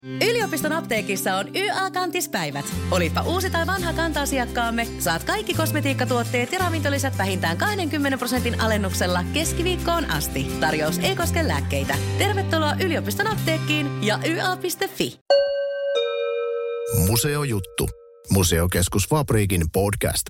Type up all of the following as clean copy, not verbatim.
Yliopiston apteekissa on YA-kantispäivät. Olipa uusi tai vanha kanta-asiakkaamme, saat kaikki kosmetiikkatuotteet ja ravintolisät vähintään 20% alennuksella keskiviikkoon asti. Tarjous ei koske lääkkeitä. Tervetuloa yliopiston apteekkiin ja YA.fi. Museojuttu. Museokeskus Fabriikin podcast.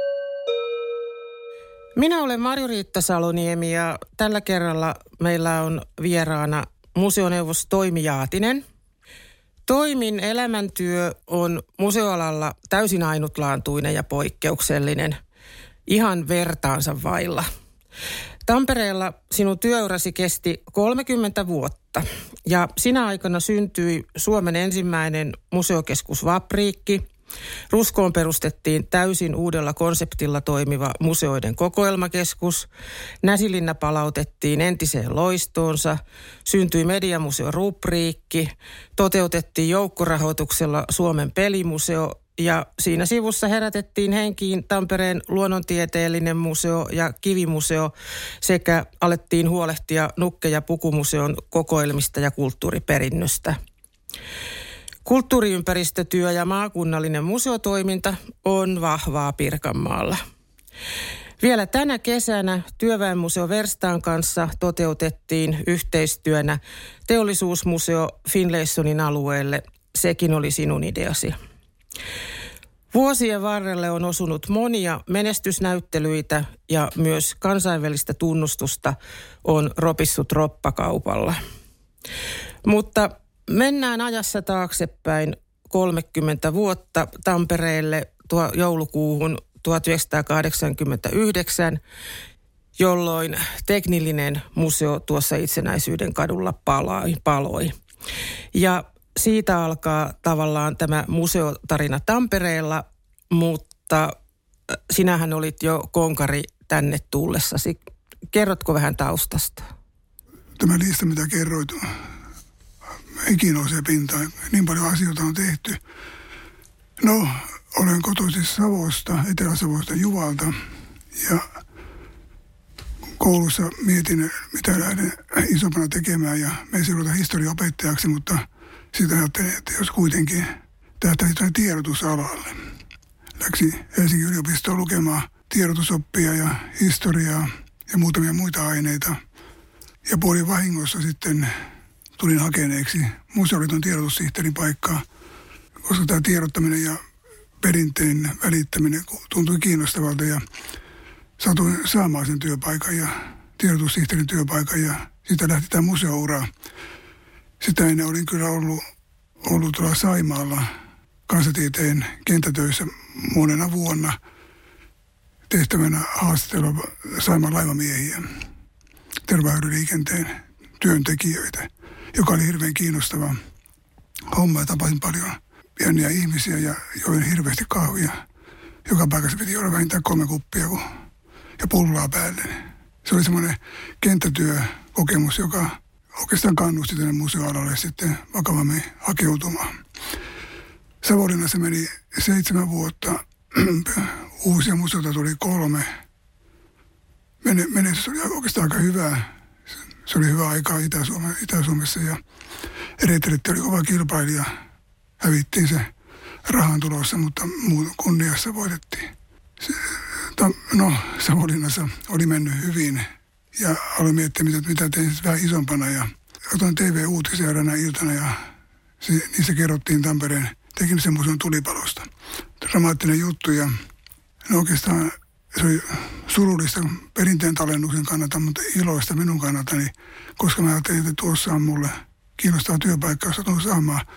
Minä olen Marjo-Riitta Saloniemi ja tällä kerralla meillä on vieraana museoneuvos Toimi Jaatinen. Toimin elämäntyö on museoalalla täysin ainutlaatuinen ja poikkeuksellinen, ihan vertaansa vailla. Tampereella sinun työurasi kesti 30 vuotta ja sinä aikana syntyi Suomen ensimmäinen museokeskus Fabriikki. Ruskoon perustettiin täysin uudella konseptilla toimiva museoiden kokoelmakeskus. Näsilinna palautettiin entiseen loistoonsa. Syntyi Mediamuseo Rubriikki. Toteutettiin joukkorahoituksella Suomen pelimuseo. Ja siinä sivussa herätettiin henkiin Tampereen luonnontieteellinen museo ja kivimuseo sekä alettiin huolehtia Nukke- ja Pukumuseon kokoelmista ja kulttuuriperinnöstä. Kulttuuriympäristötyö ja maakunnallinen museotoiminta on vahvaa Pirkanmaalla. Vielä tänä kesänä Työväenmuseo Verstaan kanssa toteutettiin yhteistyönä Teollisuusmuseo Finlaysonin alueelle. Sekin oli sinun ideasi. Vuosien varrelle on osunut monia menestysnäyttelyitä ja myös kansainvälistä tunnustusta on ropissut roppakaupalla. Mutta mennään ajassa taaksepäin 30 vuotta Tampereelle joulukuuhun 1989, jolloin teknillinen museo tuossa Itsenäisyyden kadulla paloi. Ja siitä alkaa tavallaan tämä museotarina Tampereella, mutta sinähän olit jo konkari tänne tullessasi. Kerrotko vähän taustasta? Tämä lista, mitä kerroit, ei nousee pintaan. Niin paljon asioita on tehty. No, olen kotoisin Savosta, Etelä-Savosta Juvalta. Ja koulussa mietin, mitä lähden isompana tekemään. Ja menin silloin historiaopettajaksi, mutta sitten ajattelin, että jos kuitenkin tähtäisi tiedotusalalle. Läksin Helsingin yliopistoon lukemaan tiedotusoppia ja historiaa ja muutamia muita aineita. Ja puolin vahingossa sitten tulin hakeneeksi museoliiton tiedotussihteerin paikkaa, koska tämä tiedottaminen ja perinteen välittäminen tuntui kiinnostavalta ja satuin saamaan sen työpaikan ja tiedotussihteerin työpaikan ja siitä lähti tämä museoura. Sitä ennen olin kyllä ollut tuolla Saimaalla kansatieteen kenttätöissä monena vuonna tehtävänä haastatella Saimaan laivamiehiä, terveydenliikenteen työntekijöitä, joka oli hirveän kiinnostava homma ja tapasin paljon pieniä ihmisiä ja join hirveästi kahvia. Joka paikassa piti olla vähintään 3 kuppia ja pullaa päälle. Se oli semmoinen kenttätyökokemus, joka oikeastaan kannusti tänne museoalalle sitten vakavammin hakeutumaan. Savonlinnassa meni 7 vuotta. Uusia museota tuli 3. Menestys oli oikeastaan aika hyvää. Se oli hyvä aikaa Itä-Suomessa ja Eretretti oli kova kilpailija. Hävittiin se rahan tulossa, mutta kunniassa voitettiin. Savonlinnassa oli mennyt hyvin ja aloin miettiä, mitä tein vähän isompana. Ja otan TV-uutisia eräänä iltana ja niissä kerrottiin Tampereen teknisen museon tulipalosta. Dramaattinen juttu ja oikeastaan se oli surullista perinteen tallennuksen kannalta, mutta iloista minun kannaltani, koska mä ajattelin, että tuossa on mulle kiinnostaa työpaikka, jos satun saamaan.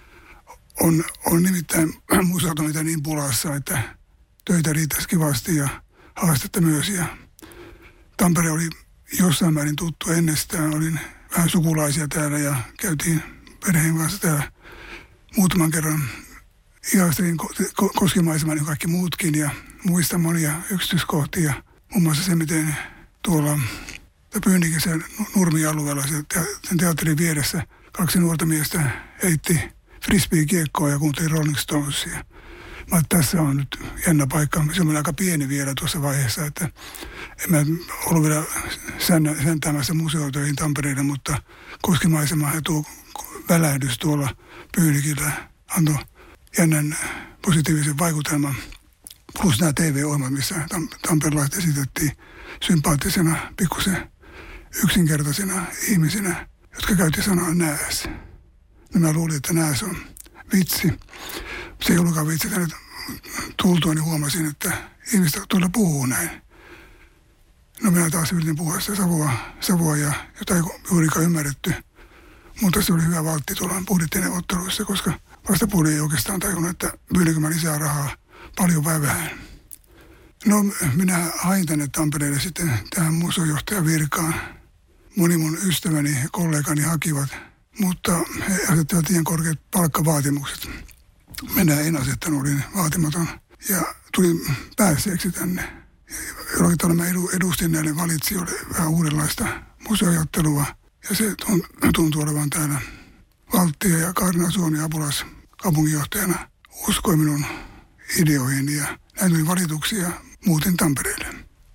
On nimittäin museota mitä niin pulassa, että töitä riittäisi kivasti ja haastetta myös. Ja Tampere oli jossain määrin tuttu ennestään. Olin vähän sukulaisia täällä ja käytiin perheen kanssa täällä muutaman kerran. Ihastelin koskimaiseman ja kaikki muutkin ja muistan monia yksityiskohtia. Muun muassa se, miten tuolla Pyynnikäisen Nurmi-alueella sen teatterin vieressä 2 nuorta miestä heitti frisbee-kiekkoa ja kuunteli Rolling Stonesia. tässä on nyt jännä paikka. Se on aika pieni vielä tuossa vaiheessa, että en mä ollut vielä säntäämässä museotöihin Tampereelle, mutta koskimaisema ja tuo välähdys tuolla Pyynikillä antoi jännän positiivisen vaikutelman. Plus nämä TV-ohjelmat, missä tamperelaiset esitettiin sympaattisena, pikkusen yksinkertaisena ihmisinä, jotka käytti sanaa nääs. Ja mä luulin, että nääs on vitsi. Se ei ollutkaan vitsi. Tänne tultuani huomasin, että ihmiset tuolla puhuu näin. No minä taas yritin puhua sitä savua ja jota ei juurikaan ymmärretty. Mutta se oli hyvä valtti tuolla budjettineuvotteluissa, koska vastapuoli ei oikeastaan tajunnut, että pyydänkö mä lisää rahaa paljon vai vähän. No minä hain tänne Tampereelle sitten tähän museojohtajan virkaan. Moni mun ystäväni ja kollegani hakivat, mutta he asettivat liian korkeat palkkavaatimukset. Minä en asettanut, olin vaatimaton ja tulin päässeeksi tänne. Jollakin tavalla mä edustin näille valitsijoille vähän uudenlaista museojattelua ja se tuntuu olevan täällä Valttia ja Kaarina Suomi Apulas kaupunginjohtajana uskoi minun ideoihin ja näin tuli valituksia muutin Tampereelle.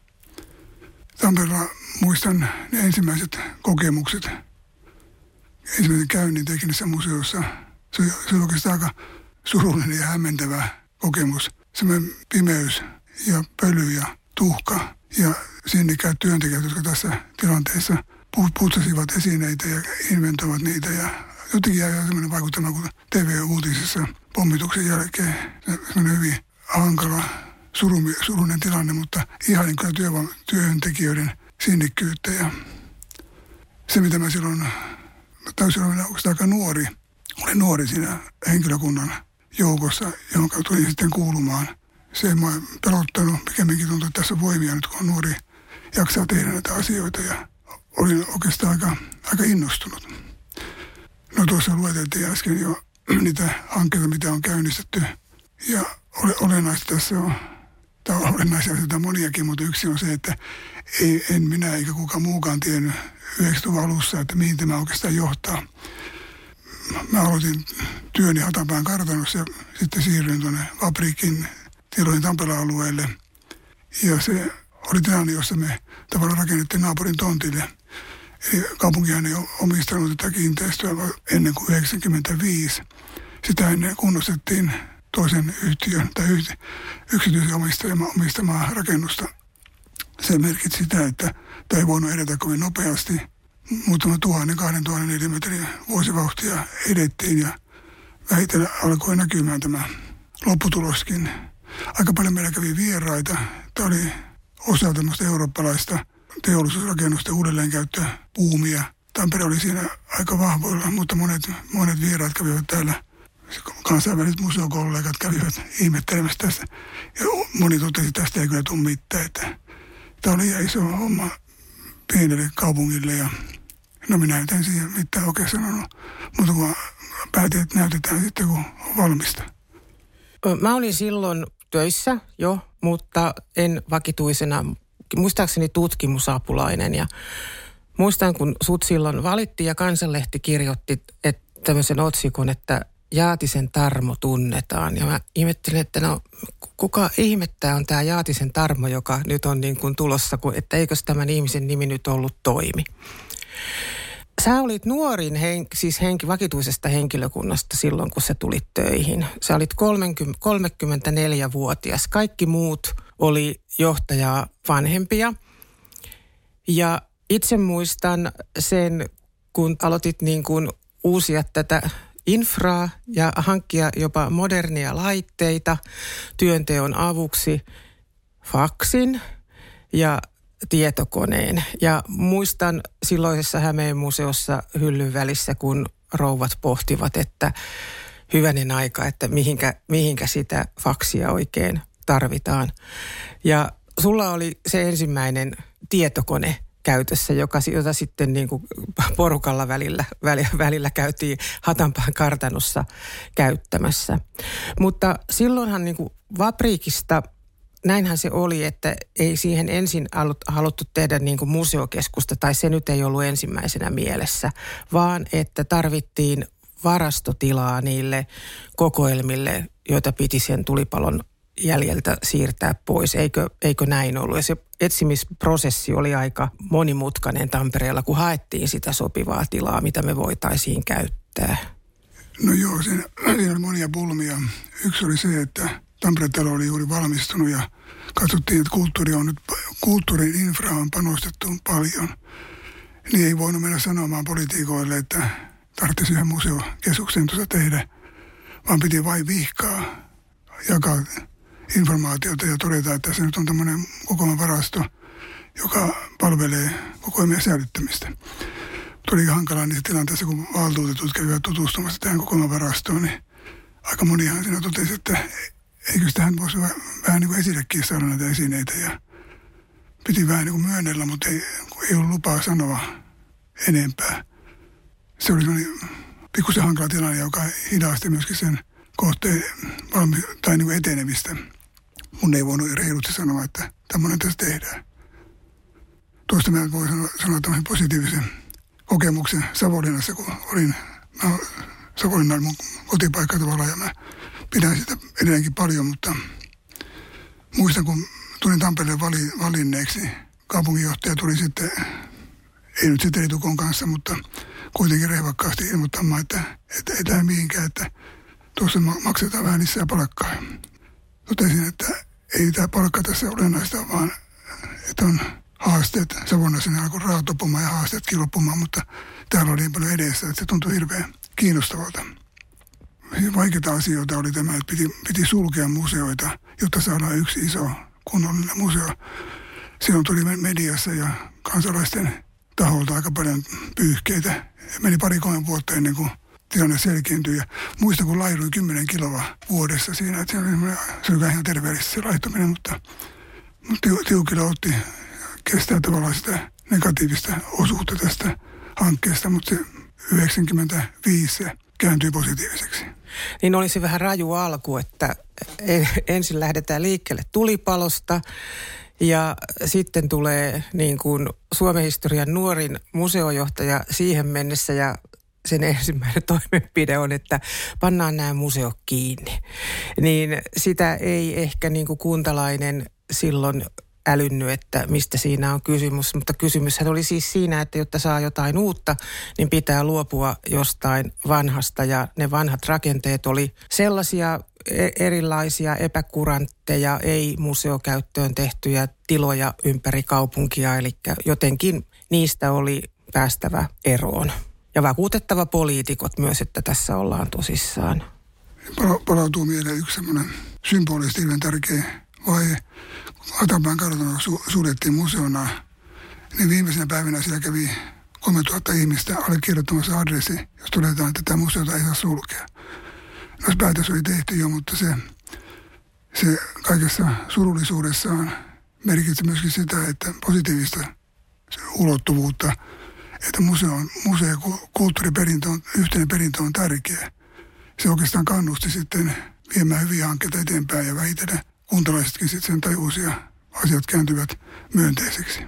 Tampereella muistan ne ensimmäiset kokemukset, ensimmäisen käynnin teknisessä museossa. Se oli oikeastaan aika surullinen ja hämmentävä kokemus. Semmoinen pimeys ja pöly ja tuhka ja sinnikkäät työntekijät, jotka tässä tilanteessa putsasivat esineitä ja inventoivat niitä. Ja jotenkin jäi semmoinen vaikutelma kuin TV-uutisissa pommituksen jälkeen. Semmoinen hyvin hankala, surullinen tilanne, mutta ihanin kyllä työntekijöiden sinnikkyyttä. Ja se, mitä mä silloin täysin olin aika nuori, olin nuori siinä henkilökunnan joukossa, jonka tulin sitten kuulumaan. Se ei mua pelottanut, pikemminkin tuntui, että tässä on voimia nyt, kun on nuori, jaksaa tehdä näitä asioita ja olin oikeastaan aika innostunut. No tuossa lueteltiin äsken jo niitä hankkeita, mitä on käynnistetty ja olennaista tässä on, tai olennaisia asioita moniakin, mutta yksi on se, että en minä eikä kukaan muukaan tiennyt 90-luvun alussa, että mihin tämä oikeastaan johtaa. Mä aloitin työni Hatanpään kartanossa ja sitten siirryin tuonne Fabriikin tiloihin Tampereella alueelle. Ja se oli tilanne, jossa me tavallaan rakennettiin naapurin tontille. Eli kaupunkihan ei ole omistanut tätä kiinteistöä ennen kuin 1995. Sitä ennen kunnostettiin toisen yhtiön tai yksityisen omistamaa rakennusta. Se merkitsi sitä, että tämä ei voinut edetä kovin nopeasti. Muutama 1000-2000 neliömetrin vuosivauhtia edettiin ja vähitellen alkoi näkymään tämä lopputuloskin. Aika paljon meillä kävi vieraita. Tämä oli osa tämmöistä eurooppalaista teollisuusrakennusten uudelleenkäyttöbuumia. Tampere oli siinä aika vahvoilla, mutta monet vieraat kävivät täällä. Kansainväliset museokollegat kävivät ihmettelemässä tästä. Ja moni totesi, että tästä ei kyllä tule mitään. Että tämä oli iso homma pienelle kaupungille ja no minä en siihen mitään oikein sanonut. Mutta kun päätin, että näytetään sitten, kun on valmista. Mä olin silloin töissä jo, mutta en vakituisena, muistaakseni tutkimusapulainen. Ja muistan, kun sut silloin valittiin ja Kansanlehti kirjoitti tämmöisen otsikon, että Jaatisen Tarmo tunnetaan. Ja mä ihmettelin, että no kuka ihmettää on tämä Jaatisen Tarmo, joka nyt on niin kuin tulossa, että eikös tämän ihmisen nimi nyt ollut Toimi. Sä olit nuorin vakituisesta henkilökunnasta silloin, kun sä tulit töihin. Sä olit 34-vuotias. Kaikki muut oli johtajaa vanhempia. Ja itse muistan sen, kun aloitit niin kuin uusia tätä infraa ja hankkia jopa modernia laitteita työnteon avuksi, faksin ja tietokoneen. Ja muistan silloisessa Hämeen museossa hyllyn välissä, kun rouvat pohtivat, että hyvänen aika, että mihinkä sitä faksia oikein tarvitaan. Ja sulla oli se ensimmäinen tietokone käytössä, jota sitten niin kuin porukalla välillä käytiin Hatanpään kartanossa käyttämässä. Mutta silloinhan niin kuin Fabriikista, näinhän se oli, että ei siihen ensin haluttu tehdä niin kuin museokeskusta, tai se nyt ei ollut ensimmäisenä mielessä, vaan että tarvittiin varastotilaa niille kokoelmille, joita piti sen tulipalon jäljeltä siirtää pois. Eikö näin ollut? Ja se etsimisprosessi oli aika monimutkainen Tampereella, kun haettiin sitä sopivaa tilaa, mitä me voitaisiin käyttää. No joo, siinä oli monia pulmia. Yksi oli se, että Tampere-talo oli juuri valmistunut ja katsottiin, että kulttuurin infra on panostettu paljon. Niin ei voinut mennä sanomaan poliitikoille, että tarvitsisi yhden museokeskuksen tuossa tehdä, vaan piti vain vihkaa, jakaa informaatiota ja todeta, että se nyt on tämmöinen kokoelmavarasto, joka palvelee kokoelmien säilyttämistä. Tuli hankalaa niissä tilanteissa, kun valtuutetut kävivät tutustumassa tähän kokoelmavarastoon, niin aika monihan siinä totesi, että eikö tähän voisi vähän niin kuin esillekin saada näitä esineitä. Ja piti vähän niin kuin myönnellä, mutta ei ollut lupaa sanoa enempää. Se oli sellainen pikkusen hankala tilanne, joka hidasti myöskin sen kohteen tai niin kuin etenemistä. Mun ei voinut reilusti sanoa, että tämmöinen tässä tehdään. Tuosta mä voin sanoa tämmöisen positiivisen kokemuksen Savonlinnassa, kun Savonlinna oli mun kotipaikka tavallaan ja mä pidän sitä edelleenkin paljon, mutta muistan, kun tulin Tampereelle valinneeksi, kaupunginjohtaja tuli sitten, ei nyt sitten Tukon kanssa, mutta kuitenkin rehvakkaasti ilmoittamaan, että ei tähän mihinkään, että tuossa maksetaan vähän lisää palkkaa. Totesin, että ei tämä palkka tässä olennaista, vaan että on haasteet. Savonnassa ne alkoi rahat loppumaan ja haasteetkin loppumaan, mutta täällä oli niin paljon edessä, että se tuntui hirveän kiinnostavalta. Vaikeita asioita oli tämä, että piti sulkea museoita, jotta saadaan yksi iso kunnollinen museo. Silloin tuli mediassa ja kansalaisten taholta aika paljon pyyhkeitä. Meni 2-3 vuotta ennen kuin tilanne selkiintyi. Ja muistan, kun lairui 10 kiloa vuodessa siinä, että se oli ihan terveellistä se laittaminen, mutta tiukilla otti kestää tavallaan sitä negatiivista osuutta tästä hankkeesta, mutta se 95 se kääntyi positiiviseksi. Niin oli se vähän raju alku, että ensin lähdetään liikkeelle tulipalosta ja sitten tulee niin kuin Suomen historian nuorin museojohtaja siihen mennessä ja sen ensimmäinen toimenpide on, että pannaan nämä museot kiinni. Niin sitä ei ehkä niin kuin kuntalainen silloin älynnyt, että mistä siinä on kysymys, mutta kysymyshän oli siis siinä, että jotta saa jotain uutta, niin pitää luopua jostain vanhasta ja ne vanhat rakenteet oli sellaisia erilaisia epäkurantteja, ei museokäyttöön tehtyjä tiloja ympäri kaupunkia, eli jotenkin niistä oli päästävä eroon. Ja vakuutettava poliitikot myös, että tässä ollaan tosissaan. Palautuu mieleen yksi semmoinen symbolisesti hyvin tärkeä vaihe. Atapään kartano suljettiin museona, niin viimeisenä päivinä siellä kävi 3000 ihmistä allekirjoittamassa adressi, jos todetaan, että tämä museota ei saa sulkea. No päätös oli tehty jo, mutta se kaikessa surullisuudessaan merkitsi myöskin sitä, että positiivista ulottuvuutta, että kulttuuriperintö on, yhteinen perintö on tärkeä. Se oikeastaan kannusti sitten viemään hyviä hankkeita eteenpäin ja vähitellen kuntalaisetkin sitten sen tajusi ja asiat kääntyvät myönteiseksi.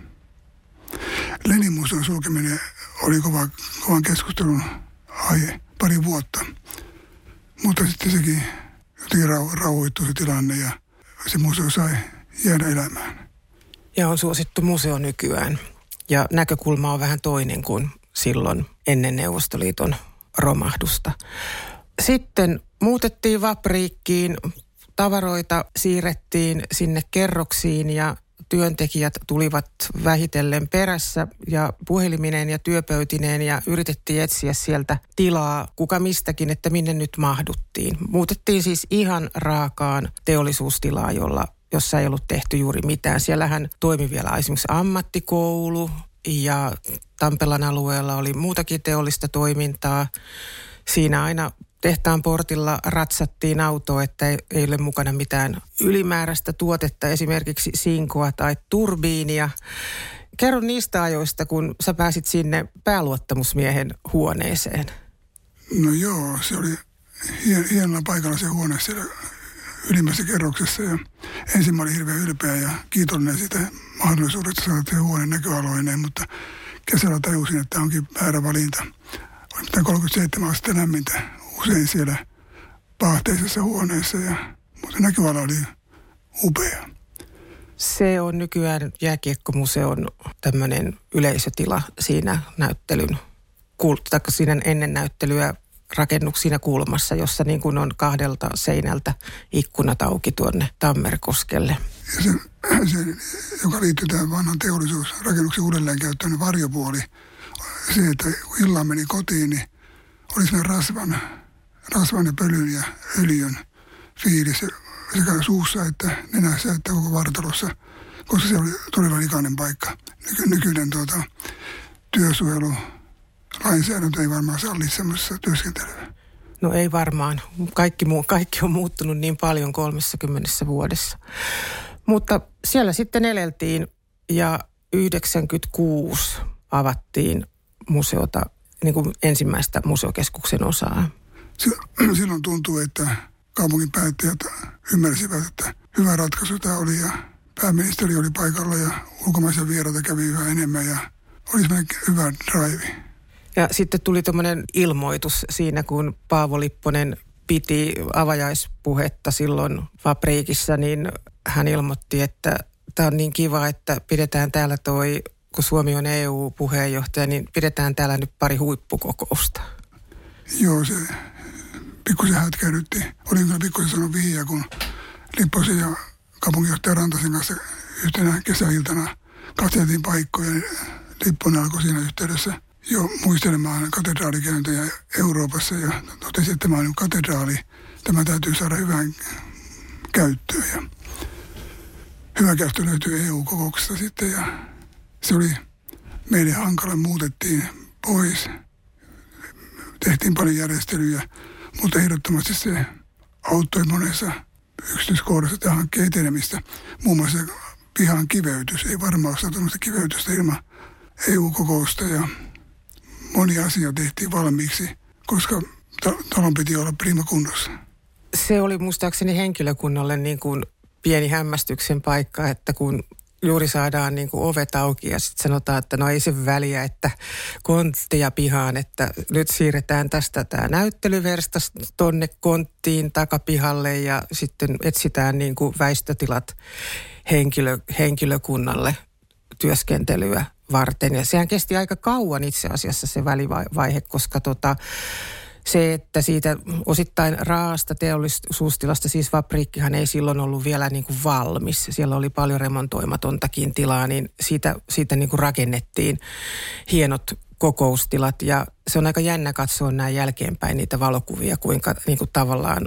Lenin museon sulkeminen oli kovan keskustelun aihe 2 vuotta, mutta sitten sekin jotenkin rauhoittui se tilanne ja se museo sai jäädä elämään. Ja on suosittu museo nykyään ja näkökulma on vähän toinen kuin silloin ennen Neuvostoliiton romahdusta. Sitten muutettiin Vapriikkiin. Tavaroita siirrettiin sinne kerroksiin ja työntekijät tulivat vähitellen perässä ja puhelimineen ja työpöytineen ja yritettiin etsiä sieltä tilaa kuka mistäkin, että minne nyt mahduttiin. Muutettiin siis ihan raakaan teollisuustilaa, jossa ei ollut tehty juuri mitään. Siellähän toimi vielä esimerkiksi ammattikoulu ja Tampelan alueella oli muutakin teollista toimintaa. Siinä aina tehtaan portilla ratsattiin autoa, että ei ole mukana mitään ylimääräistä tuotetta, esimerkiksi sinkoa tai turbiinia. Kerro niistä ajoista, kun sä pääsit sinne pääluottamusmiehen huoneeseen. No joo, se oli hienolla paikalla se huone siellä ylimmässä kerroksessa. Ja ensin mä olin hirveän ylpeä ja kiitollinen siitä mahdollisuudesta saada se huoneen näköaloineen, mutta kesällä tajusin, että onkin väärä valinta. Oli mitään 37 astetta lämmintä. Usein siellä paahteisessa huoneessa, mutta näkyvalo oli upea. Se on nykyään jääkiekkomuseon tämmöinen yleisötila siinä näyttelyn, siinä ennen näyttelyä rakennuksina kulmassa, jossa niin kuin on 2 seinältä ikkunat auki tuonne Tammerkoskelle. Ja se, joka liittyy tähän vanhan teollisuusrakennuksen uudelleenkäyttöön, varjopuoli, se, että kun illaan meni kotiin, niin oli sellainen rasvan ja pölyn ja öljyn fiilis sekä suussa että nenässä että koko vartalossa, koska se oli todella likainen paikka. Nykyinen työsuojelulainsäädäntö ei varmaan salli semmoisessa työskentelyä. No ei varmaan. Kaikki on muuttunut niin paljon 30 vuodessa. Mutta siellä sitten eleltiin ja 1996 avattiin museota, niin kuin ensimmäistä museokeskuksen osaa. Silloin tuntuu, että kaupungin päättäjät ymmärsivät, että hyvä ratkaisu tämä oli ja pääministeri oli paikalla ja ulkomaisia vieraita kävi yhä enemmän ja oli semmoinen hyvä drive. Ja sitten tuli tämmöinen ilmoitus siinä, kun Paavo Lipponen piti avajaispuhetta silloin Fabriikissa, niin hän ilmoitti, että tämä on niin kiva, että pidetään täällä kun Suomi on EU-puheenjohtaja, niin pidetään täällä nyt pari huippukokousta. Joo, se pikkusen hätkähdytti. Olin kyllä pikkusen sanonut vihjaa, kun Lipposen ja kaupunginjohtaja Rantasen kanssa yhtenä kesäiltana katseltiin paikkoja. Lipponen alkoi siinä yhteydessä jo muistelemaan katedraalikäyntejä Euroopassa ja totesi, että tämä on katedraali. Tämä täytyy saada hyvään käyttöön. Ja hyvä käyttö löytyy EU-kokouksesta sitten ja se oli meille hankala. Muutettiin pois. Tehtiin paljon järjestelyjä, mutta ehdottomasti se auttoi monessa yksityiskohdassa tähän hankkeen etenemistä. Muun muassa pihan kiveytys. Ei varmaan ole saatu kiveytystä ilman EU-kokousta ja monia asioita tehtiin valmiiksi, koska talon piti olla prima kunnossa. Se oli muistaakseni henkilökunnalle niin kuin pieni hämmästyksen paikka, että kun juuri saadaan niin kuin ovet auki ja sitten sanotaan, että no ei se väliä, että kontteja pihaan, että nyt siirretään tästä tämä näyttelyverstas tonne konttiin takapihalle ja sitten etsitään niin kuin väistötilat henkilökunnalle työskentelyä varten. Ja sehän kesti aika kauan itse asiassa se välivaihe, koska se, että siitä osittain raasta teollisuustilasta, siis Fabriikkihan ei silloin ollut vielä niin kuin valmis. Siellä oli paljon remontoimatontakin tilaa, niin siitä niin kuin rakennettiin hienot kokoustilat. Ja se on aika jännä katsoa näin jälkeenpäin niitä valokuvia, kuinka niin kuin tavallaan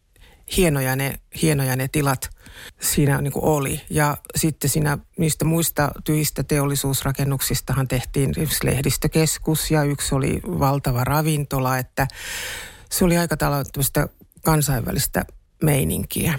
hienoja ne tilat siinä niin kuin oli. Ja sitten niistä muista tyhjistä teollisuusrakennuksistahan tehtiin lehdistökeskus ja yksi oli valtava ravintola, että se oli aika tällaista kansainvälistä meininkiä.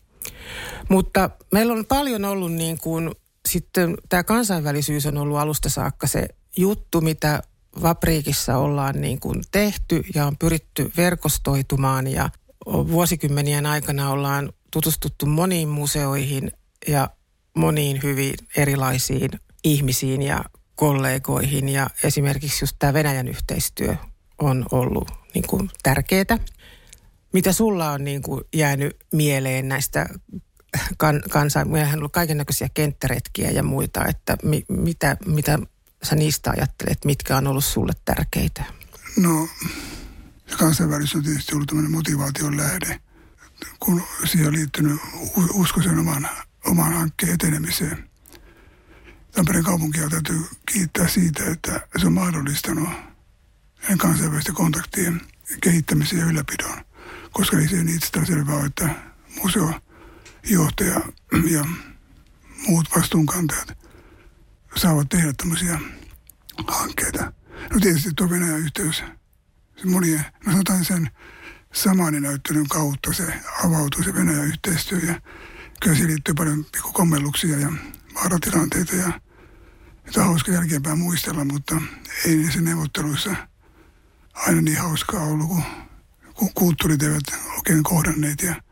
Mutta meillä on paljon ollut niin kuin, sitten tämä kansainvälisyys on ollut alusta saakka se juttu, mitä Fabriikissa ollaan niin kuin tehty ja on pyritty verkostoitumaan ja vuosikymmenien aikana ollaan tutustuttu moniin museoihin ja moniin hyvin erilaisiin ihmisiin ja kollegoihin. Ja esimerkiksi just tämä Venäjän yhteistyö on ollut niin kuin tärkeää. Mitä sulla on niin kuin jäänyt mieleen näistä meillähän on ollut kaikennäköisiä kenttäretkiä ja muita, että mitä sä niistä ajattelet, mitkä on ollut sulle tärkeitä? No, kansainvälisyys on tietysti ollut tämmöinen motivaation lähde, kun siihen on liittynyt usko sen oman hankkeen etenemiseen. Tampereen kaupunkia täytyy kiittää siitä, että se on mahdollistanut kansainvälisten kontaktien kehittämisen ja ylläpidon, koska ei se itsestään selvää ole, että museojohtaja ja muut vastuunkantajat saavat tehdä tämmöisiä hankkeita. No tietysti tuo Venäjän yhteys, sanotaan sen saman näyttelyn kautta se avautui se Venäjän yhteistyö ja kyllä siihen liittyy paljon pikkukommelluksia ja vaaratilanteita ja on hauska jälkeenpäin muistella, mutta ei niissä neuvotteluissa aina niin hauskaa ollut, kun kulttuurit eivät oikein kohdanneet ja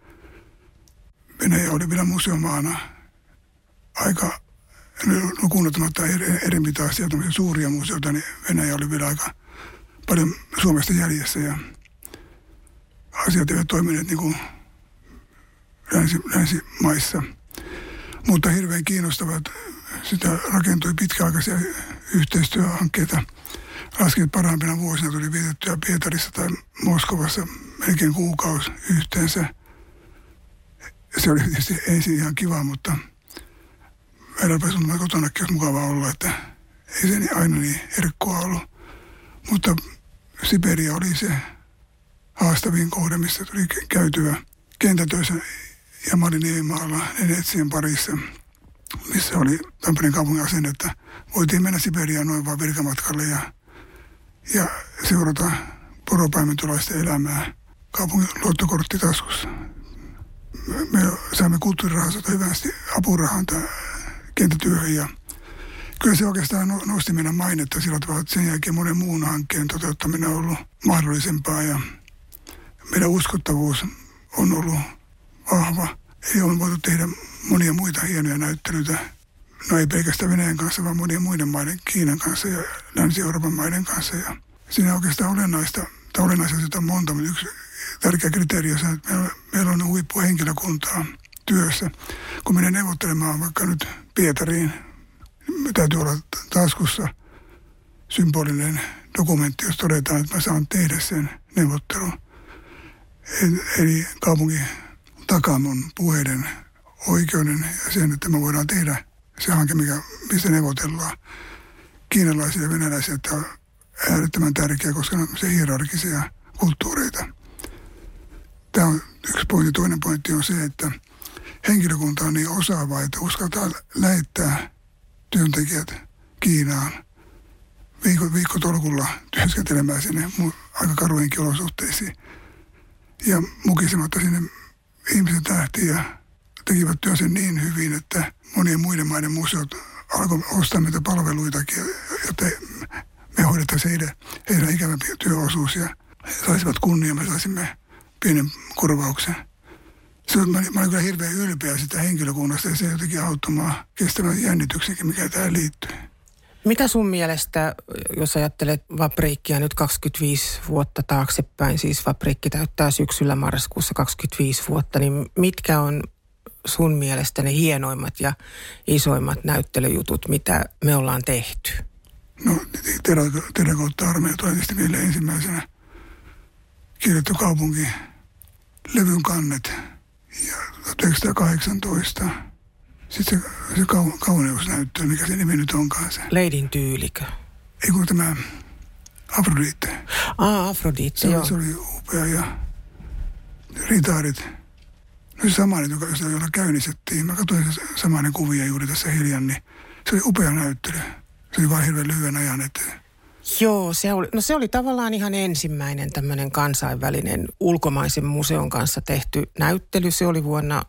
Venäjä oli vielä museomaana aika lukuun ottamatta eri mitaisia suuria museoita, niin Venäjä oli vielä aika paljon Suomesta jäljessä ja asiat eivät toimineet niin kuin länsimaissa. Mutta hirveän kiinnostavat, sitä rakentui pitkäaikaisia yhteistyöhankkeita. Laskin, että parhaimpina vuosina tuli vietettyä Pietarissa tai Moskovassa melkein kuukausi yhteensä. Se oli tietysti ensin ihan kiva, mutta meillä rupesi kotonakin olisi mukava olla, että ei se aina niin herkkua ollut. Mutta Siberia oli se haastavin kohde, missä tuli käytyä kentätöissä ja Mariniemaalla Nenetsien parissa, missä oli Tampereen kaupungin asenne, että voitiin mennä Siberiaan noin vaan virkamatkalle ja seurata poropaimentolaisten elämää kaupungin luottokortti taskussa. Me saimme kulttuurirahasta hyvästi apurahan kenttätyöhön ja kyllä se oikeastaan nosti meidän mainetta sillä tavalla, että sen jälkeen monen muun hankkeen toteuttaminen on ollut mahdollisempaa ja meidän uskottavuus on ollut vahva. Eli on voitu tehdä monia muita hienoja näyttelyitä, no ei pelkästään Venäjän kanssa, vaan monien muiden maiden, Kiinan kanssa ja Länsi-Euroopan maiden kanssa. Ja siinä oikeastaan olennaisia on monta, mutta yksi tärkeä kriteeri on se, että meillä on huippuhenkilökuntaa työssä. Kun menen neuvottelemaan vaikka nyt Pietariin, täytyy olla taskussa symbolinen dokumentti, jos todetaan, että mä saan tehdä sen neuvottelun. Eli kaupungin takaa mun puheiden oikeuden ja sen, että me voidaan tehdä se hanke, mistä neuvotellaan kiinalaisille ja venäläisille, että on äärettömän tärkeä, koska ne on se hierarkisia kulttuureita. Tämä on yksi pointti. Toinen pointti on se, että henkilökunta on niin osaavaa, että uskaltaa lähettää työntekijät Kiinaan viikkotolkulla työskentelemään sinne aika karuinkin olosuhteisiin. Ja mukisematta sinne ihmiset lähti ja tekivät työnsä niin hyvin, että monien muiden maiden museot alkoi ostaa meitä palveluitakin, jotta me hoidettaisiin heidän ikävämpi työosuus ja he saisivat kunnia, me saisimme pienen korvauksen. Mä olin kyllä hirveän ylpeä sitä henkilökunnasta ja se jotenkin auttamaan kestävän jännityksenkin, mikä tähän liittyy. Mitä sun mielestä, jos ajattelet Vapriikkia nyt 25 vuotta taaksepäin, siis Vapriikki täyttää syksyllä marraskuussa 25 vuotta, niin mitkä on sun mielestä ne hienoimmat ja isoimmat näyttelyjutut, mitä me ollaan tehty? No, Terrakotta-armeija tulee tietysti vielä ensimmäisenä kirjoittu kaupunki levyn kannet ja 1918. Sitten se kauneusnäyttö, mikä se nimi nyt onkaan se. Leidin tyylikö? Ei kun tämä Afrodite. Afrodite, joo. Se oli upea ja ritaarit. No se samainen, jolla käynnistettiin. Mä katsoin se samainen kuvia juuri tässä hiljan, niin se oli upea näyttely. Se oli vain hirveän lyhyen ajan eteen. Joo, se oli tavallaan ihan ensimmäinen tämmöinen kansainvälinen ulkomaisen museon kanssa tehty näyttely. Se oli vuonna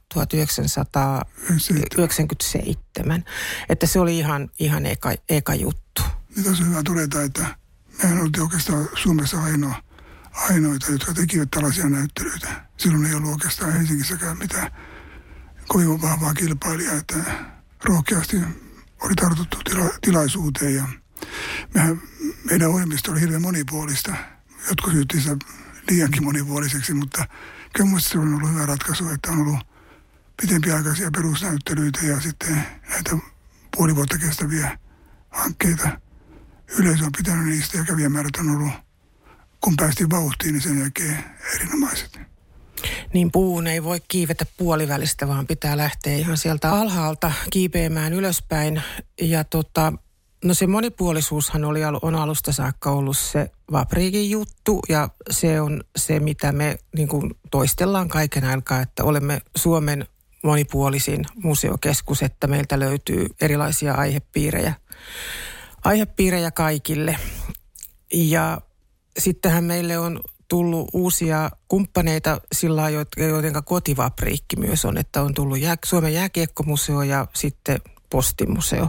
1997. Että se oli ihan eka juttu. Nyt on hyvä todeta, että mehän oltiin oikeastaan Suomessa ainoita, jotka tekivät tällaisia näyttelyitä. Silloin ei ollut oikeastaan Helsingissäkään mitään kovin vahvaa kilpailijaa, että rohkeasti oli tartuttu tilaisuuteen ja meidän ohjelmisto oli hirveän monipuolista. Jotkut syytti sitä liiankin monipuoliseksi, mutta kyllä minusta se on ollut hyvä ratkaisu, että on ollut pitempiaikaisia perusnäyttelyitä ja sitten näitä puoli vuotta kestäviä hankkeita. Yleisö on pitänyt niistä ja kävijämäärät on ollut, kun päästiin vauhtiin, niin sen jälkeen erinomaiset. Niin puun ei voi kiivetä puolivälistä, vaan pitää lähteä ihan sieltä alhaalta kiipeämään ylöspäin. Ja no se monipuolisuushan on alusta saakka ollut se Vapriikin juttu ja se on se, mitä me niin kuin toistellaan kaiken aikaa, että olemme Suomen monipuolisin museokeskus, että meiltä löytyy erilaisia aihepiirejä kaikille. Ja sittenhän meille on tullut uusia kumppaneita sillä jotenka kotivapriikki myös on, että on tullut Suomen jääkiekkomuseo ja sitten Postimuseo.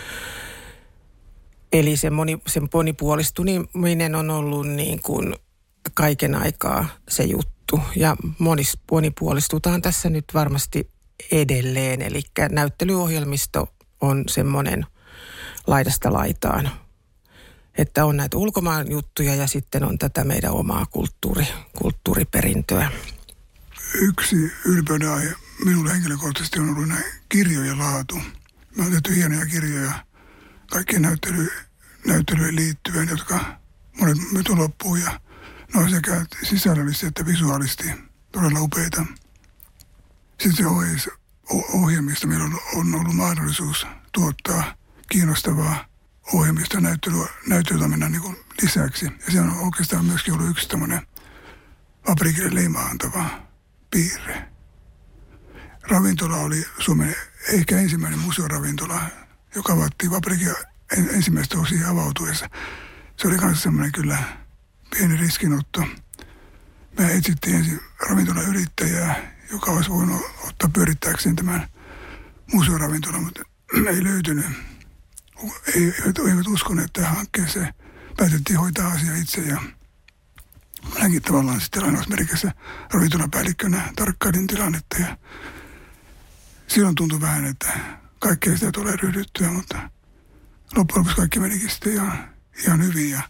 Eli se monipuolistuminen on ollut niin kuin kaiken aikaa se juttu. Ja monipuolistutaan tässä nyt varmasti edelleen. Eli näyttelyohjelmisto on semmoinen laidasta laitaan Että on näitä ulkomaan juttuja ja sitten on tätä meidän omaa kulttuuriperintöä. Yksi ylpeyden aihe minulle henkilökohtaisesti on ollut näin kirjojen laatu. Me on tehty hienoja kirjoja kaikkien näyttelyyn liittyen, jotka monet nyt on loppuun ja ne on sekä sisällöllisesti että visuaalisesti todella upeita. Sitten ohjelmista meillä on ollut mahdollisuus tuottaa kiinnostavaa ohjelmista näyttelytoiminnan niin kuin lisäksi. Ja se on oikeastaan myöskin ollut yksi tämmöinen Vapriikille leimaa antava piirre. Ravintola oli Suomen ehkä ensimmäinen museoravintola, joka avattiin Vapriikin ensimmäistä osia avautuessa. Se oli myös semmoinen kyllä pieni riskinotto. Me etsittiin ensin ravintolayrittäjää, joka olisi voinut ottaa pyörittääkseen tämän museoravintolan, mutta ei löytynyt. Eivät uskoneet tähän hankkeeseen. Päätettiin hoitaa asia itse ja minäkin tavallaan sitten lainausmerkissä ravintolapäällikkönä tarkkailin tilannetta ja silloin tuntui vähän, että kaikkea sitä tulee ryhdyttyä, mutta loppujen lopuksi kaikki menikin sitten ihan hyvin ja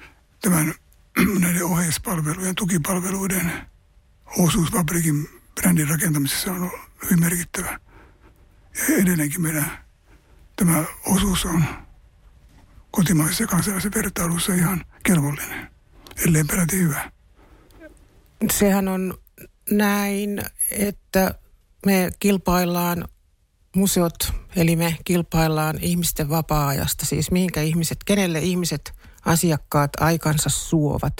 näiden oheispalvelujen, tukipalveluiden osuus Vapriikin brändin rakentamisessa on ollut hyvin merkittävä. Ja edelleenkin tämä osuus on kotimaisessa ja kansainvälisessä vertailussa ihan kelvollinen, ellei peräti hyvä. Sehän on näin, että me kilpaillaan museot, eli me kilpaillaan ihmisten vapaa-ajasta, siis kenelle ihmiset, asiakkaat aikansa suovat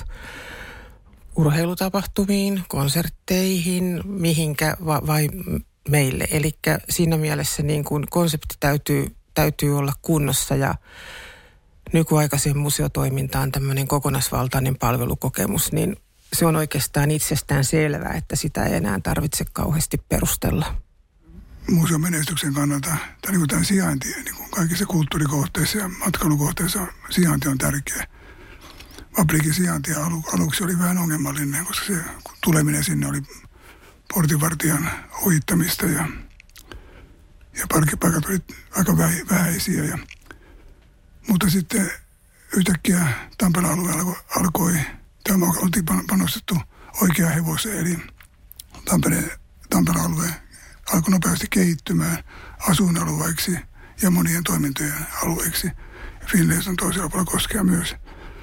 urheilutapahtumiin, konsertteihin, mihinkä vai meille. Eli siinä mielessä niin kuin konsepti täytyy olla kunnossa ja nykyaikaisen museotoimintaan tämmöinen kokonaisvaltainen palvelukokemus, niin se on oikeastaan itsestään selvää, että sitä ei enää tarvitse kauheasti perustella. Museon menestyksen kannalta tämä sijainti, niin kuin kaikissa kulttuurikohteissa ja matkailukohteissa sijainti on tärkeä. Vapriikin sijainti aluksi oli vähän ongelmallinen, koska se tuleminen sinne oli portinvartijan ohittamista ja parkkipaikat olivat aika vähäisiä. Mutta sitten yhtäkkiä Tampereen alueella tämä oltiin panostettu oikeaan hevoseen, eli Tampereen alue alkoi nopeasti kehittymään asuinalueeksi ja monien toimintojen alueeksi. Finlayson on toisella puolella koskea myös.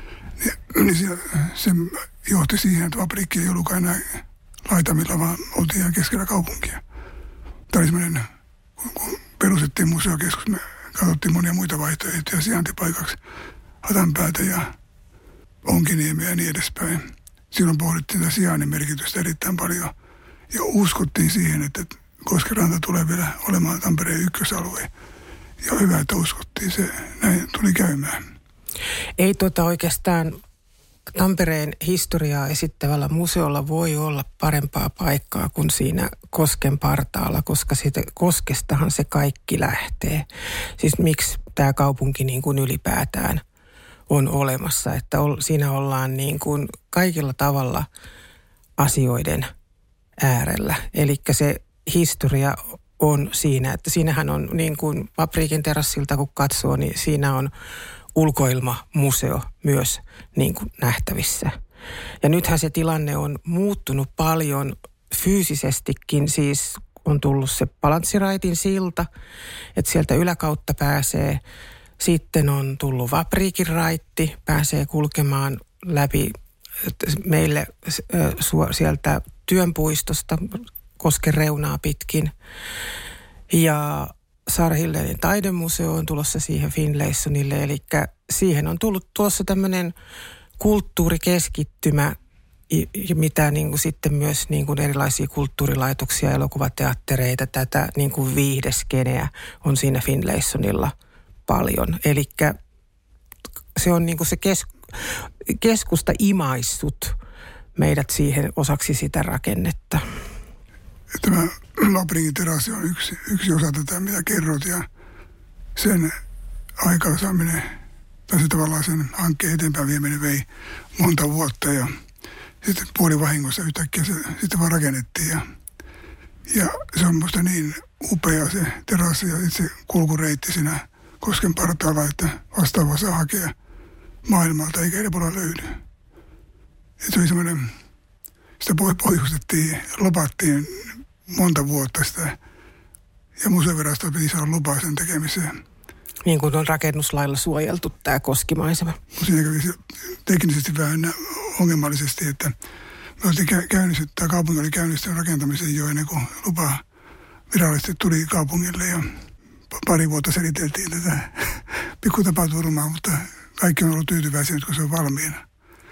Se johti siihen, että Vapriikki ei ollutkaan enää laitamilla, vaan oltiin ihan keskellä kaupunkia. Tämä oli semmoinen, kun perustettiin museokeskus, me katsottiin monia muita vaihtoehtoja sijaintipaikaksi, Hatanpäätä ja Onkiniemeä ja niin edespäin. Silloin pohdittiin tätä sijainnin merkitystä erittäin paljon ja uskottiin siihen, että Koskenranta tulee vielä olemaan Tampereen ykkösalue. Ja hyvä, että uskottiin. Se näin tuli käymään. Ei oikeastaan Tampereen historiaa esittävällä museolla voi olla parempaa paikkaa kuin siinä Kosken partaalla, koska siitä Koskestahan se kaikki lähtee. Siis miksi tämä kaupunki niin kuin ylipäätään on olemassa, että siinä ollaan niin kuin kaikilla tavalla asioiden äärellä. Eli se historia on siinä, että siinähän on niin kuin Vapriikin terassilta kun katsoo, niin siinä on ulkoilmamuseo myös niin kuin nähtävissä. Ja nythän se tilanne on muuttunut paljon fyysisestikin, siis on tullut se Palantsiraitin silta, että sieltä yläkautta pääsee. Sitten on tullut Vapriikin raitti, pääsee kulkemaan läpi meille sieltä Työnpuistosta Kosken reunaa pitkin. Ja Saara Hillerin taidemuseo on tulossa siihen Finlaysonille, eli siihen on tullut tuossa tämmöinen kulttuurikeskittymä, mitä niin kuin sitten myös niin kuin erilaisia kulttuurilaitoksia, elokuvateattereita, tätä niin kuin viihdeskeneä on siinä Finlaysonilla paljon. Eli se on niin kuin se keskusta imaissut meidät siihen osaksi sitä rakennetta. Tämä Vapriikin terassi on yksi osa tätä, mitä kerrot, ja sen aikaansaaminen, tai se tavallaan sen hankkeen eteenpäin vieminen vei monta vuotta, ja sitten puolivahingossa yhtäkkiä se sitten vaan rakennettiin, ja se on musta niin upea se terassi ja itse kulkureitti siinä Kosken partaalla, että vastaavaa saa hakea maailmalta, eikä Ebola löydy. Se oli semmoinen, sitä pohjustettiin, lopattiin monta vuotta sitä, ja museovirasto piti saada lupaa sen tekemiseen. Niin kuin on rakennuslailla suojeltu tämä koskimaisema. Siinä kävi teknisesti vähän ongelmallisesti, että me oltiin tämä kaupunki oli käynnistänyt rakentamisen jo ennen kuin lupa virallisesti tuli kaupungille ja pari vuotta seliteltiin tätä pikkutapaturmaa, mutta kaikki on ollut tyytyväisiä nyt, kun se on valmiina.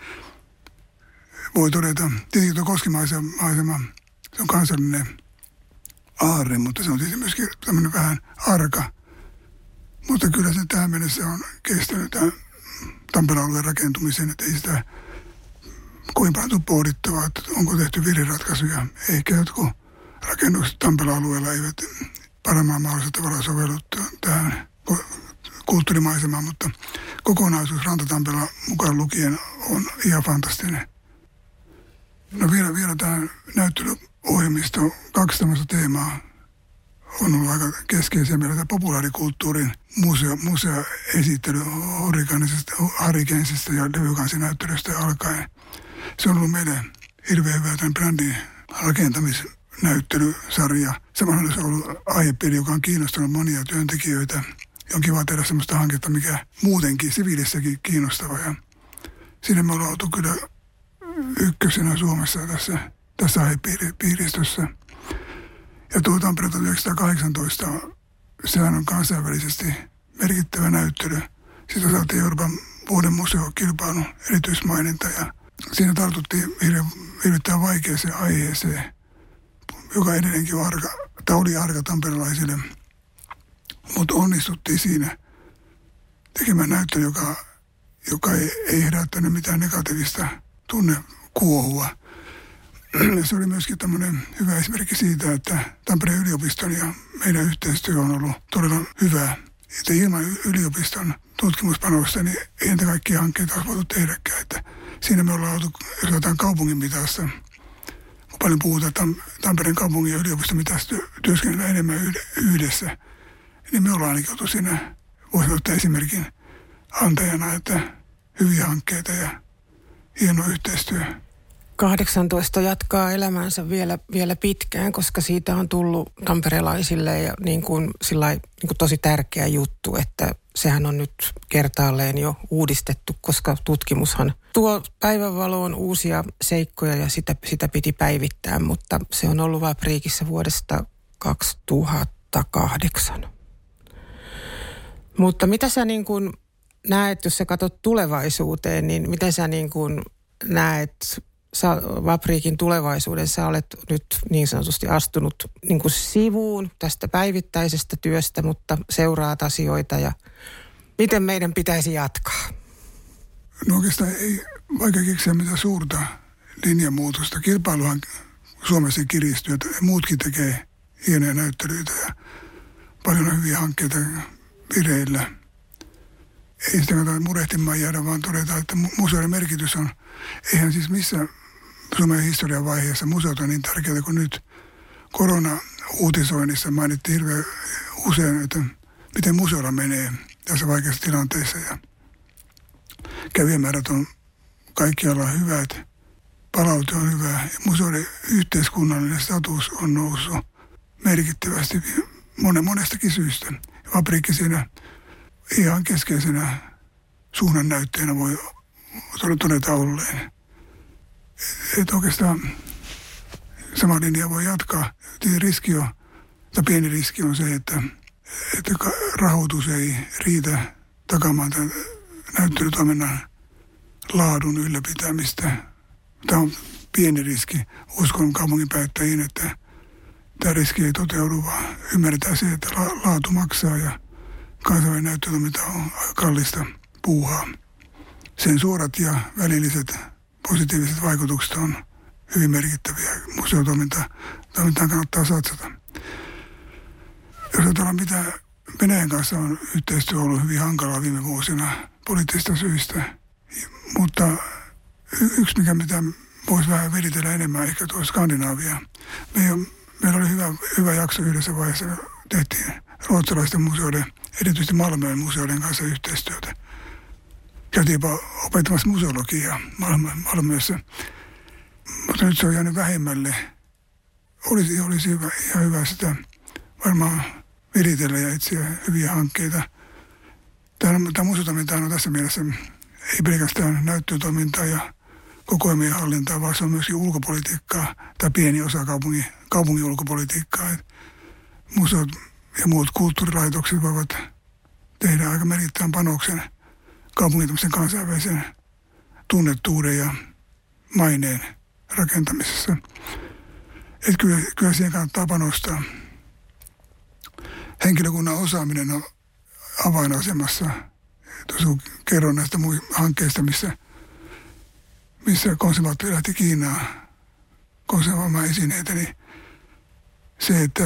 Voi todeta, tietenkin tuo koskimaisema, se on kansallinen aarre, mutta se on tietysti myöskin tämmöinen vähän arka. Mutta kyllä se tähän mennessä on kestänyt tämän Tampereen alueen rakentumisen, että ei sitä kovin paljon tule pohdittavaa, että onko tehty virheratkaisuja. Ehkä jotkut rakennukset Tampereen alueella eivät paremmalla mahdollisella tavalla sovelluttu tähän kulttuurimaisemaan, mutta kokonaisuus Ranta-Tampereella mukaan lukien on ihan fantastinen. No vielä tähän näyttelyohjelmistoon 2 tämmöistä teemaa on ollut aika keskeisiä. Meillä tämä populaarikulttuurin museoesittely Harikensista ja levykansinäyttelystä alkaen. Se on ollut meille hirveän hyvä tämän brändin rakentamisnäyttelysarja. Samalla se on ollut aihepiiri, joka on kiinnostanut monia työntekijöitä. On kiva tehdä sellaista hanketta, mikä muutenkin siviilissäkin kiinnostava. Ja siinä me ollaan oltu kyllä ykkösenä Suomessa tässä aihepiiristössä. Ja tuo Tampere 1918, sehän on kansainvälisesti merkittävä näyttely. Siitä saatiin Euroopan vuoden museokilpailun erityismaininta ja siinä tartuttiin hirvittävän vaikeaseen aiheeseen, joka edelleenkin oli arka tamperelaisille. Mutta onnistuttiin siinä tekemään näyttely, joka ei herättänyt mitään negatiivista tunnekuohua. Se oli myöskin tämmöinen hyvä esimerkki siitä, että Tampereen yliopiston ja meidän yhteistyö on ollut todella hyvää. Että ilman yliopiston tutkimuspanosta, niin ei näitä kaikkia hankkeita olisi voitu tehdäkään. Että siinä me ollaan oltu, jos otetaan kaupungin mitassa, kun paljon puhutaan Tampereen kaupungin ja yliopiston mitassa työskennellä enemmän yhdessä, niin me ollaan ainakin oltu siinä, voisi ottaa esimerkin antajana, että hyviä hankkeita ja hieno yhteistyö. 18 jatkaa elämänsä vielä pitkään, koska siitä on tullut tamperelaisille ja niin kuin tosi tärkeä juttu, että sehän on nyt kertaalleen jo uudistettu, koska tutkimushan tuo päivänvaloon uusia seikkoja ja sitä piti päivittää, mutta se on ollut Vapriikissä vuodesta 2008. Mutta mitä sä niin kuin näet, jos sä katsot tulevaisuuteen, niin miten sä niin kuin näet Vapriikin tulevaisuuden? Sä olet nyt niin sanotusti astunut niin kuin sivuun tästä päivittäisestä työstä, mutta seuraat asioita ja miten meidän pitäisi jatkaa? No oikeastaan ei vaikka keksiä mitään suurta linjamuutosta. Kilpailuhan Suomessa kiristyy, että muutkin tekee hienoja näyttelyitä ja paljon hyviä hankkeita vireillä. Ei sitä kannata murehtimaan jäädä, vaan todeta, että museoiden merkitys on, eihän siis missään Suomen historian vaiheessa museot on niin tärkeitä kuin nyt. Korona-uutisoinnissa mainittiin hirveän usein, että miten museolla menee tässä vaikeassa tilanteessa. Ja kävijämäärät on kaikkialla hyvät, palaute on hyvä ja museoiden yhteiskunnallinen status on noussut merkittävästi monestakin syystä. Vapriikki siinä ihan keskeisenä suunnannäytteenä voi todeta olleen. Että oikeastaan sama linja voi jatkaa. Pieni riski on se, että rahoitus ei riitä takaamaan tämän näyttelytoiminnan laadun ylläpitämistä. Tämä on pieni riski. Uskon kaupungin päättäjiin, että tämä riski ei toteudu, vaan ymmärretään se, että laatu maksaa ja kansainvälinen näyttelytoiminta on kallista puuhaa. Sen suorat ja välilliset positiiviset vaikutukset on hyvin merkittäviä. Museotoimintaan kannattaa satsata. Jos ajatellaan, mitä Venäjän kanssa on yhteistyö ollut hyvin hankalaa viime vuosina poliittisista syistä, mutta yksi mitä voisi vähän viritellä enemmän ehkä tuo Skandinaavia. Meillä oli hyvä jakso yhdessä vaiheessa, tehtiin ruotsalaisten museoiden, erityisesti Malmön museoiden kanssa yhteistyötä. Käytiin jopa opettamassa museologiaa Malmössä. Mutta nyt se on jäänyt vähemmälle. Olisi ihan hyvä sitä varmaan viritellä ja etsiä hyviä hankkeita. Tämä museotoiminta on tässä mielessä ei pelkästään näyttötoimintaa ja kokoelmien hallintaa, vaan se on myöskin ulkopolitiikkaa tai pieni osa kaupungin ulkopolitiikkaa. Et museot ja muut kulttuurilaitokset voivat tehdä aika merkittävän panoksen kaupungin kansainvälisen tunnettuuden ja maineen rakentamisessa. Et kyllä siihen kannattaa panostaa. Henkilökunnan osaaminen on avainasemassa. Tuossa kerron näistä hankkeista, missä konservaattori lähti Kiinaan konservaamaan esineitä, niin se, että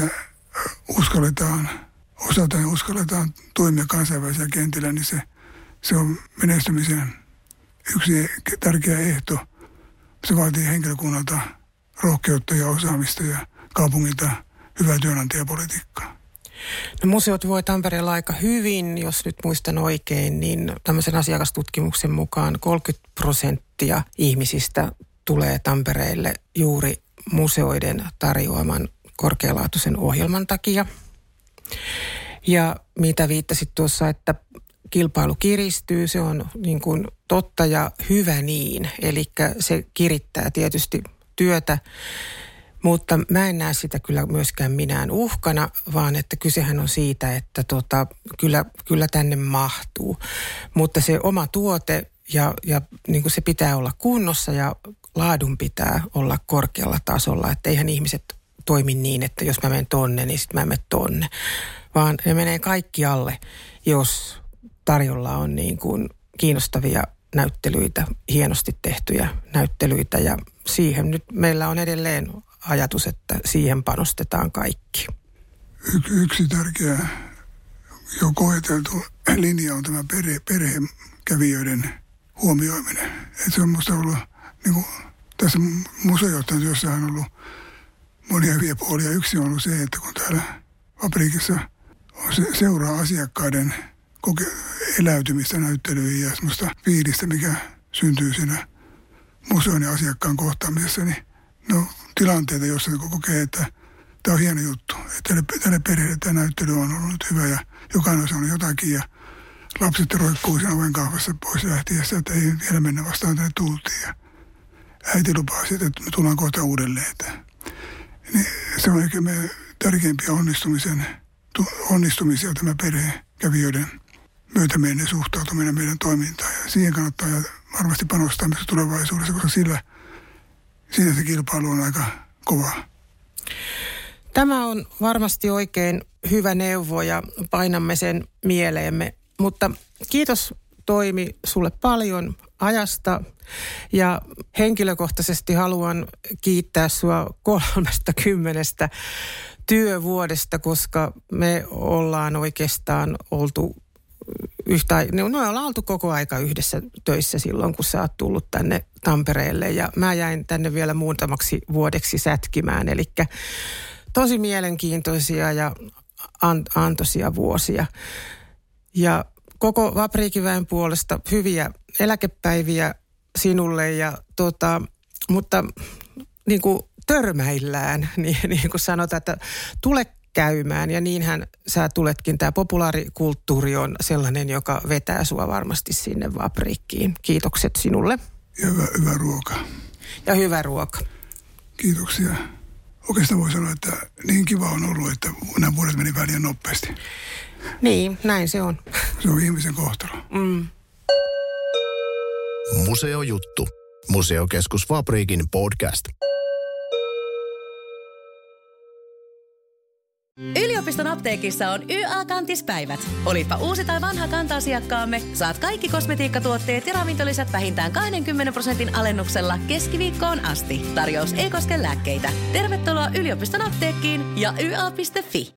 uskalletaan toimia kansainvälisellä kentillä, niin se on menestymisen yksi tärkeä ehto. Se vaatii henkilökunnalta rohkeutta ja osaamista ja kaupungilta hyvää työnantajapolitiikkaa. No, museot voi Tampereella aika hyvin, jos nyt muistan oikein, niin tämmöisen asiakastutkimuksen mukaan 30% ihmisistä tulee Tampereelle juuri museoiden tarjoaman korkealaatuisen ohjelman takia. Ja mitä viittasit tuossa, että kilpailu kiristyy, se on niin kuin totta ja hyvä niin. Eli se kirittää tietysti työtä, mutta mä en näe sitä kyllä myöskään minään uhkana, vaan että kysehän on siitä, että kyllä tänne mahtuu. Mutta se oma tuote ja niin kuin se pitää olla kunnossa ja laadun pitää olla korkealla tasolla. Että eihän ihmiset toimi niin, että jos mä menen tonne, niin sitten mä menen tonne. Vaan ne menee kaikkialle, jos tarjolla on niin kuin kiinnostavia näyttelyitä, hienosti tehtyjä näyttelyitä. Ja siihen nyt meillä on edelleen ajatus, että siihen panostetaan kaikki. Yksi tärkeä jo koeteltu linja on tämä perhekävijöiden huomioiminen. Että se on minusta ollut, niin kuin tässä museojohtajan työssä on ollut monia hyviä puolia. Yksi on ollut se, että kun täällä fabriikissa on seuraa asiakkaiden eläytymistä näyttelyihin ja semmoista fiilistä, mikä syntyy siinä museon ja asiakkaan kohtaamisessa, niin no tilanteita, joissa kokee, että tämä on hieno juttu. Että tälle perheelle tämä näyttely on ollut hyvä ja jokainen on saanut jotakin ja lapset roikkuu siinä oven kahvassa pois lähtiessä, että ei vielä mennä vastaan tänne tultiin. Ja äiti lupaa sitten, että me tullaan kohta uudelleen. Niin se on ehkä meidän tärkeimpiä onnistumisia tämä perhekävijöiden myötämielinen suhtautuminen meidän toimintaan. Ja siihen kannattaa varmasti panostaa myös tulevaisuudessa, koska siinä se kilpailu on aika kovaa. Tämä on varmasti oikein hyvä neuvo ja painamme sen mieleemme. Mutta kiitos Toimi sulle paljon ajasta ja henkilökohtaisesti haluan kiittää sua 30 työvuodesta, koska me ollaan oikeastaan oltu ollaan oltu koko aika yhdessä töissä silloin, kun sä oot tullut tänne Tampereelle ja mä jäin tänne vielä muutamaksi vuodeksi sätkimään. Eli tosi mielenkiintoisia ja antoisia vuosia. Ja koko Vapriikiväen puolesta hyviä eläkepäiviä sinulle mutta niin kuin törmäillään, niin kuin sanotaan, että tule käymään ja niinhän sä tuletkin. Tämä populaarikulttuuri on sellainen, joka vetää sua varmasti sinne Vapriikkiin. Kiitokset sinulle. Ja hyvä ruoka. Ja hyvä ruoka. Kiitoksia. Oikeastaan voi sanoa, että niin kiva on ollut, että nämä vuodet meni väliin nopeasti. Niin, näin se on. Se on ihmisen kohtalo. Museojuttu. Museokeskus Vapriikin podcast. Yliopiston apteekissa on YA-kantispäivät. Olipa uusi tai vanha kanta-asiakkaamme, saat kaikki kosmetiikkatuotteet ja ravintolisät vähintään 20% alennuksella keskiviikkoon asti. Tarjous ei koske lääkkeitä. Tervetuloa yliopiston apteekkiin ja YA.fi.